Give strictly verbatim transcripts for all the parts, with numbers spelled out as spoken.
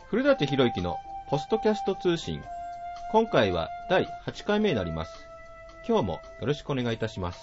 古舘博之のポストキャスト通信。今回はだいはちかいめになります。今日もよろしくお願いいたします。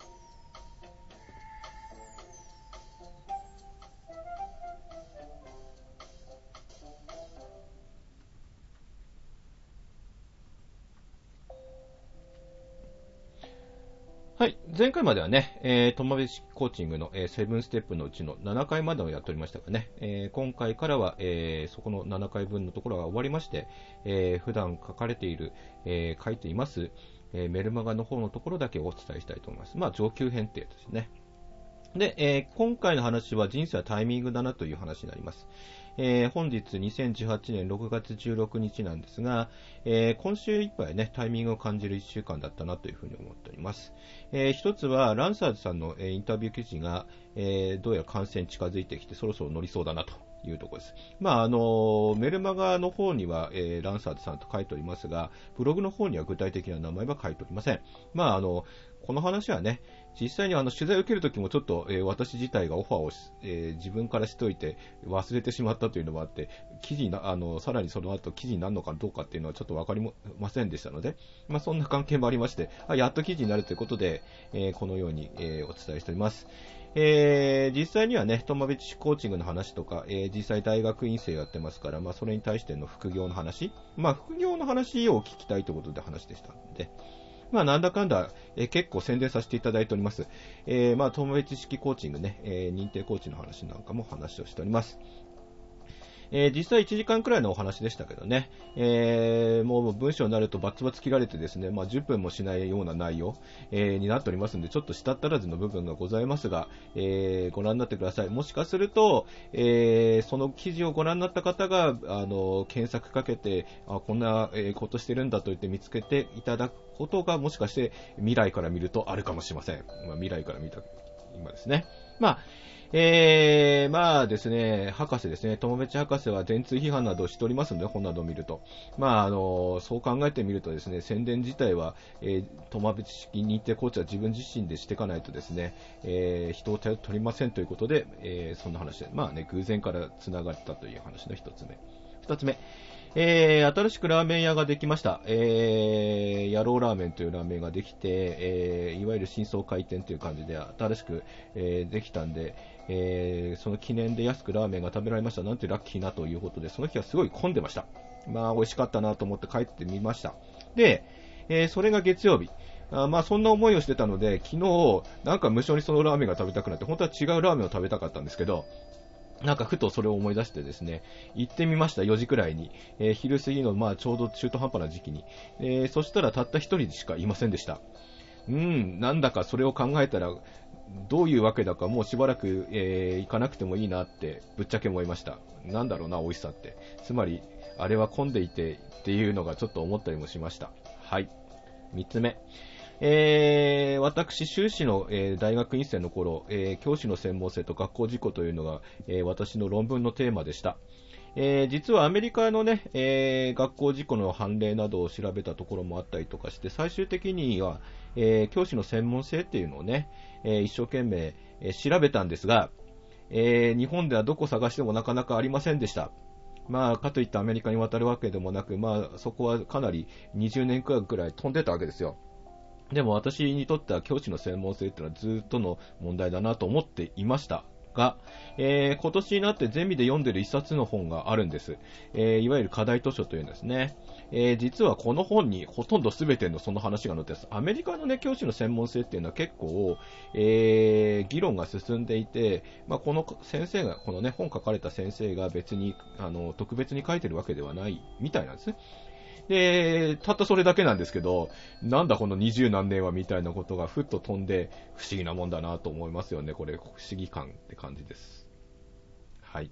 はい。前回まではね、えー、友部式コーチングの、えー、セブンステップのうちのななかいまでをやっておりましたがね、えー、今回からは、えー、そこのななかいぶんのところが終わりまして、えー、普段書かれている、えー、書いています、えー、メルマガの方のところだけお伝えしたいと思います。まあ、上級編ってやつですね。で、えー、今回の話は人生はタイミングだなという話になります。えー、本日にせんじゅうはちねんろくがつじゅうろくにちなんですが、えー、今週いっぱいね、タイミングを感じるいっしゅうかんだったなというふうに思っております。えー、一つは、ランサーズさんの、えー、インタビュー記事が、えー、どうやら感染近づいてきて、そろそろ乗りそうだなというところです。まあ、あのー、メルマガの方には、えー、ランサーズさんと書いておりますが、ブログの方には具体的な名前は書いておりません。まあ、あの、この話はね、実際にあの取材を受けるときもちょっと、えー、私自体がオファーを、えー、自分からしておいて忘れてしまったというのもあって、記事なあのさらにその後記事になるのかどうかっていうのはちょっとわかりませんでしたので、まあ、そんな関係もありまして、あやっと記事になるということで、えー、このように、えー、お伝えしております。えー、実際にはね、友部式コーチングの話とか、えー、実際大学院生やってますから、まあ、それに対しての副業の話、まあ、副業の話を聞きたいということで話でしたので、まあ、なんだかんだ、えー、結構宣伝させていただいております。えー、まあ、友部式コーチングね、えー、認定コーチの話なんかも話をしております。えー、実際いちじかんくらいのお話でしたけどね、えー、もう文章になるとバツバツ切られてですね、まあ、じゅっぷんもしないような内容、えー、になっておりますので、ちょっと舌足らずの部分がございますが、えー、ご覧になってください。もしかすると、えー、その記事をご覧になった方が、あの、検索かけて、あ、こんなことしてるんだと言って見つけていただくことが、もしかして未来から見るとあるかもしれません。まあ、未来から見た、今ですね。まあ、えー、まあですね、博士ですね、友部博士は電通批判などをしておりますので、本などを見ると。まあ、あの、そう考えてみるとですね、宣伝自体は、えー、友部式認定コーチは自分自身でしていかないとですね、えー、人を頼りませんということで、えー、そんな話で、まあね、偶然から繋がったという話の一つ目。二つ目。えー、新しくラーメン屋ができました。えー、野郎ラーメンというラーメンができて、えー、いわゆる新装開店という感じで新しく、えー、できたんで、えー、その記念で安くラーメンが食べられました。なんてラッキーなということで、その日はすごい混んでました。まあ、美味しかったなと思って帰ってみました。で、えー、それが月曜日。あまあ、そんな思いをしてたので、昨日、なんか無性にそのラーメンが食べたくなって、本当は違うラーメンを食べたかったんですけど、なんかふとそれを思い出してですね、行ってみました、よじくらいに。えー、昼過ぎの、まあちょうど中途半端な時期に。えー、そしたらたった一人しかいませんでした。うん、なんだかそれを考えたら、どういうわけだかもうしばらく、えー、行かなくてもいいなってぶっちゃけ思いました。なんだろうな、美味しさって。つまり、あれは混んでいてっていうのがちょっと思ったりもしました。はい。三つ目。えー、私、修士の、えー、大学院生の頃、えー、教師の専門性と学校事故というのが、えー、私の論文のテーマでした。えー、実はアメリカのね、えー、学校事故の判例などを調べたところもあったりとかして、最終的には、えー、教師の専門性っていうのをね、えー、一生懸命、えー、調べたんですが、えー、日本ではどこ探してもなかなかありませんでした。まあ、かといってアメリカに渡るわけでもなく、まあ、そこはかなりにじゅうねんくらい飛んでたわけですよ。でも私にとっては教師の専門性っていうのはずっとの問題だなと思っていましたが、えー、今年になってゼミで読んでる一冊の本があるんです。えー、いわゆる課題図書というんですね。えー、実はこの本にほとんど全てのその話が載ってます。アメリカのね、教師の専門性っていうのは結構、えー、議論が進んでいて、まあ、この先生が、このね、本書かれた先生が別に、あの、特別に書いてるわけではないみたいなんですね。で、たったそれだけなんですけど、なんだこの二十何年はみたいなことがふっと飛んで、不思議なもんだなと思いますよね。これ、不思議感って感じです。はい。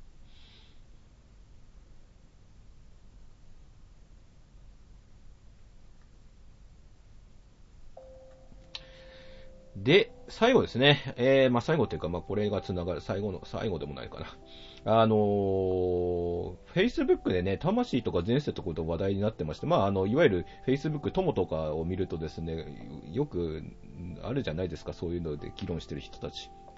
で、最後ですね。えー、まあ最後っていうか、まあこれがつながる、最後の、最後でもないかな。あのー、Facebook でね、魂とか前世とかと話題になってまして、まああの、いわゆる Facebook 友とかを見るとですね、よくあるじゃないですか、そういうので議論してる人たち。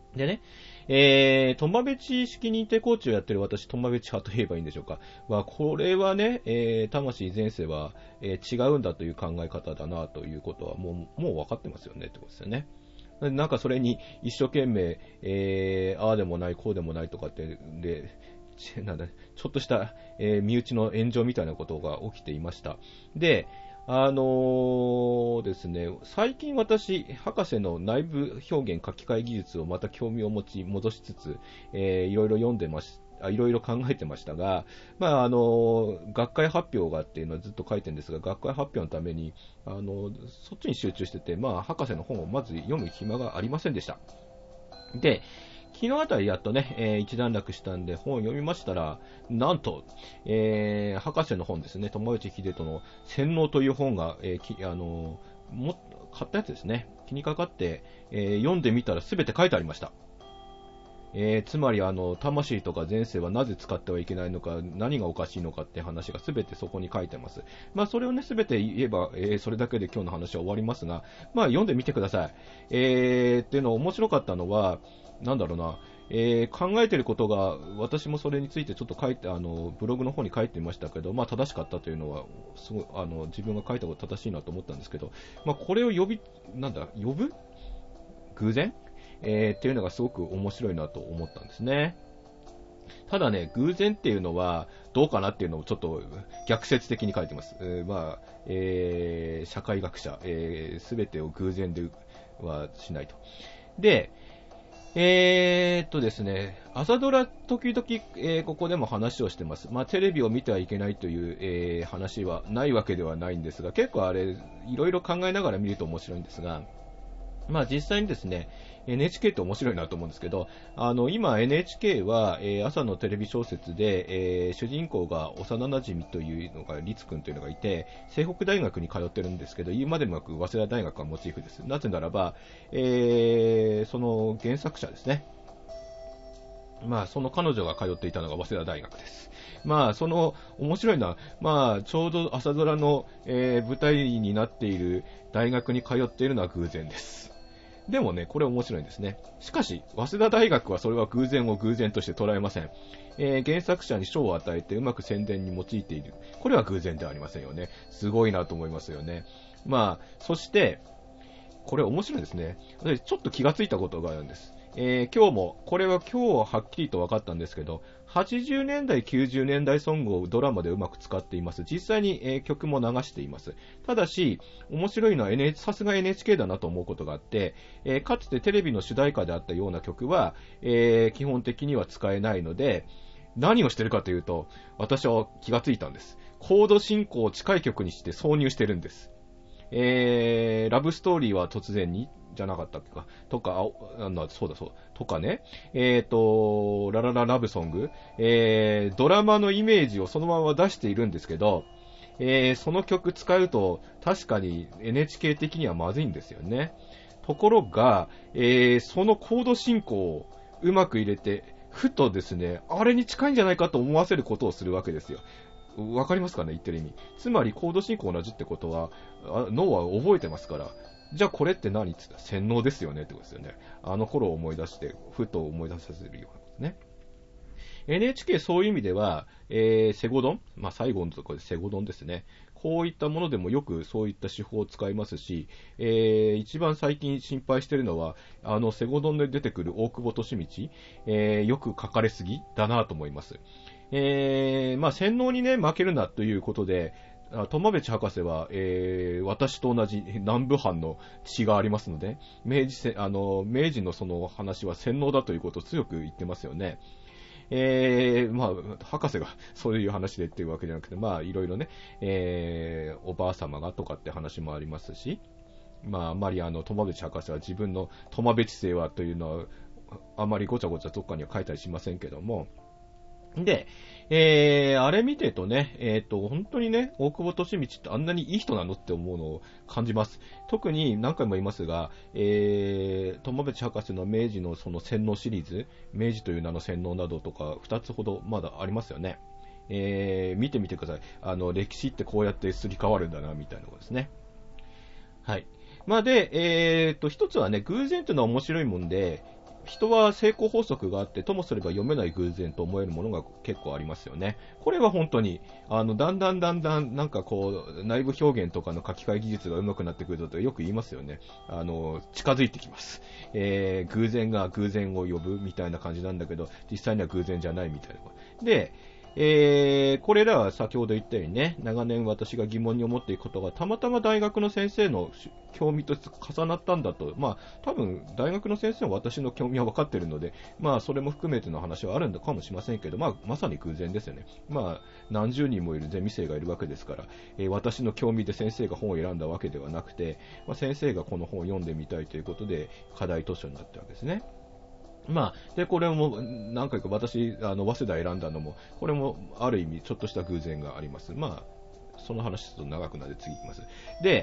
でね、えー、トマベチ式認定コーチをやってる私、トマベチ派と言えばいいんでしょうか。は、これはね、えー、魂前世は、えー、違うんだという考え方だなということはもう、もう分かってますよねってことですよね。なんかそれに一生懸命、えー、ああでもない、こうでもないとかって、で、なんだ、ちょっとした、えー、身内の炎上みたいなことが起きていました。で、あのーですね、最近私、博士の内部表現書き換え技術をまた興味を持ち戻しつつ、えー、いろいろ読んでましいろいろ考えてましたが、まあ、あの、学会発表がっていうのはずっと書いてるんですが、学会発表のために、あの、そっちに集中してて、まあ、博士の本をまず読む暇がありませんでした。で、昨日あたりやっとね、えー、一段落したんで本を読みましたら、なんと、えー、博士の本ですね、友内秀人の洗脳という本が、えー、きあのー、も買ったやつですね、気にかかって、えー、読んでみたらすべて書いてありました。えー、つまりあの魂とか前世はなぜ使ってはいけないのか、何がおかしいのかって話がすべてそこに書いてます。まあそれをねすべて言えば、えー、それだけで今日の話は終わりますが、まあ読んでみてください。えー、っていうの面白かったのは、なんだろうな、えー、考えてることが、私もそれについてちょっと書いて、あのブログの方に書いてみましたけど、まあ正しかったというのはすごい、あの自分が書いたこと正しいなと思ったんですけど、まあこれを呼び、なんだ、呼ぶ偶然えー、っていうのがすごく面白いなと思ったんですね。ただね、偶然っていうのはどうかなっていうのをちょっと逆説的に書いてます。えー、まあ、えー、社会学者、す、えー、べ、てを偶然ではしないと。で、えー、っとですね、朝ドラ時々、えー、ここでも話をしてます。まあ、テレビを見てはいけないという、えー、話はないわけではないんですが、結構あれ、いろいろ考えながら見ると面白いんですが、まあ実際にですね、エヌエイチケー って面白いなと思うんですけど、あの、今 エヌエイチケー は、えー、朝のテレビ小説で、えー、主人公が幼馴染というのが、律くんというのがいて、西北大学に通ってるんですけど、言うまでもなく早稲田大学がモチーフです。なぜならば、えー、その原作者ですね。まあ、その彼女が通っていたのが早稲田大学です。まあ、その、面白いのは、まあ、ちょうど朝ドラの、えー、舞台になっている大学に通っているのは偶然です。でもね、これ面白いんですね。しかし、早稲田大学はそれは偶然を偶然として捉えません。えー、原作者に賞を与えてうまく宣伝に用いている。これは偶然ではありませんよね。すごいなと思いますよね。まあ、そして、これ面白いですね。私ちょっと気がついたことがあるんです。えー、今日も、これは今日はっきりと分かったんですけど、はちじゅうねんだい、きゅうじゅうねんだいソングをドラマでうまく使っています。実際に、えー、曲も流しています。ただし、面白いのは、N、さすが エヌエイチケー だなと思うことがあって、えー、かつてテレビの主題歌であったような曲は、えー、基本的には使えないので、何をしてるかというと、私は気がついたんです。コード進行を近い曲にして挿入してるんです。えー、ラブストーリーは突然にじゃなかったっけかとか、あ、あそうだそうだ、とかね、えーと、ララララブソング、えー、ドラマのイメージをそのまま出しているんですけど、えー、その曲使うと確かに エヌエイチケー 的にはまずいんですよね。ところが、えー、そのコード進行をうまく入れて、ふとですね、あれに近いんじゃないかと思わせることをするわけですよ。わかりますかね、言ってる意味。つまりコード進行同じってことは、脳は覚えてますから、じゃあこれって何って言ったら洗脳ですよねってことですよね。あの頃を思い出して、ふと思い出させるようなことね。エヌエイチケー そういう意味では、えー、セゴドン、まあ最後のところでセゴドンですね。こういったものでもよくそういった手法を使いますし、えー、一番最近心配しているのは、あのセゴドンで出てくる大久保利通、えー、よく書かれすぎだなと思います。えー、まあ洗脳にね、負けるなということで、友部博士は、えー、私と同じ南部藩の血がありますので、明治あの明治のその話は洗脳だということを強く言ってますよね。えー、まあ、博士がそういう話でっていうわけじゃなくて、まあ、いろいろね、えー、おばあ様がとかって話もありますし、まあ、あまりあの、友部博士は自分の友部知性はというのは、あまりごちゃごちゃどっかには書いたりしませんけども、で、えー、あれ見てるとね、えっと、本当にね、大久保利通ってあんなにいい人なのって思うのを感じます。特に何回も言いますが、えー、友部博士の明治のその洗脳シリーズ、明治という名の洗脳などとかふたつほどまだありますよね。えー、見てみてください。あの、歴史ってこうやってすり替わるんだな、みたいなことですね。はい。まあで、えーと、一つはね、偶然というのは面白いもんで、 人は成功法則があって、ともすれば読めない偶然と思えるものが結構ありますよね。これは本当に、あの、だんだんだんだん、なんかこう、内部表現とかの書き換え技術が上手くなってくるとよく言いますよね。あの、近づいてきます。えー、偶然が偶然を呼ぶみたいな感じなんだけど、実際には偶然じゃないみたいな。で、えー、これらは先ほど言ったようにね、長年私が疑問に思っていることがたまたま大学の先生の興味と重なったんだと、まあ多分大学の先生は私の興味は分かっているので、まあそれも含めての話はあるんだかもしれませんけど、まあまさに偶然ですよね。まあ何十人もいるゼミ生がいるわけですから、えー、私の興味で先生が本を選んだわけではなくて、まあ、先生がこの本を読んでみたいということで課題図書になったわけですね。まあ、で、これも何回か私、あの、早稲田選んだのも、これもある意味ちょっとした偶然があります。まあ、その話すると長くなるので次行きます。で、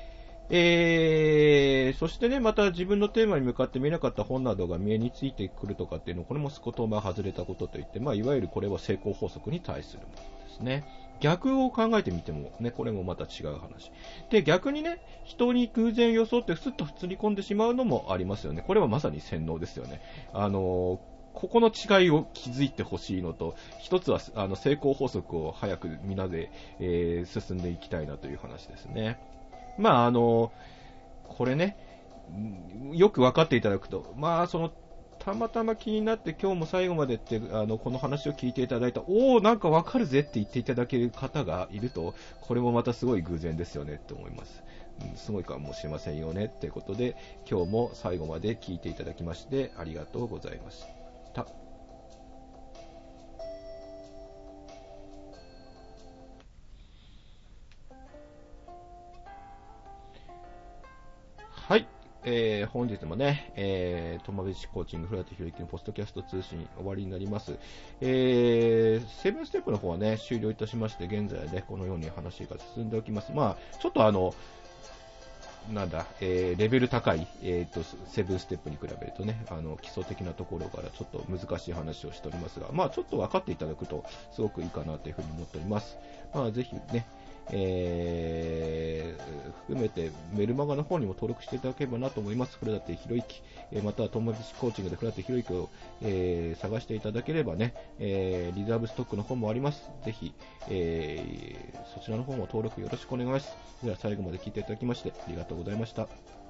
えー、そしてね、また自分のテーマに向かって見なかった本などが見えについてくるとかっていうのは、これもすことま外れたことといって、まあ、いわゆるこれは成功法則に対するものですね。逆を考えてみてもね、これもまた違う話。で、逆にね、人に偶然装ってスッと映り込んでしまうのもありますよね。これはまさに洗脳ですよね。あのーここの違いを気づいてほしいのと、一つはあの成功法則を早くみんなで、えー、進んでいきたいなという話ですね。まああのこれね、よく分かっていただくと、まあそのたまたま気になって今日も最後までってあのこの話を聞いていただいた、おおなんか分かるぜって言っていただける方がいると、これもまたすごい偶然ですよねって思います。うん、すごいかもしれませんよねってことで、今日も最後まで聞いていただきましてありがとうございました。はい、えー、本日もね、えー、友達コーチング古畑博之のポストキャスト通信終わりになります。えー、セブンステップの方はね、終了いたしまして、現在はね、このように話が進んでおきます。まあ、ちょっとあの、なんだ、えー、レベル高い、えーと、セブンステップに比べるとね、あの、基礎的なところからちょっと難しい話をしておりますが、まあ、ちょっと分かっていただくと、すごくいいかなというふうに思っております。まあ、ぜひね、えー、含めてメルマガの方にも登録していただければなと思います。古館博之、えー、または友達コーチングで古館博之を、えー、探していただければね、えー、リザーブストックの方もあります。ぜひ、えー、そちらの方も登録よろしくお願いします。では最後まで聞いていただきましてありがとうございました。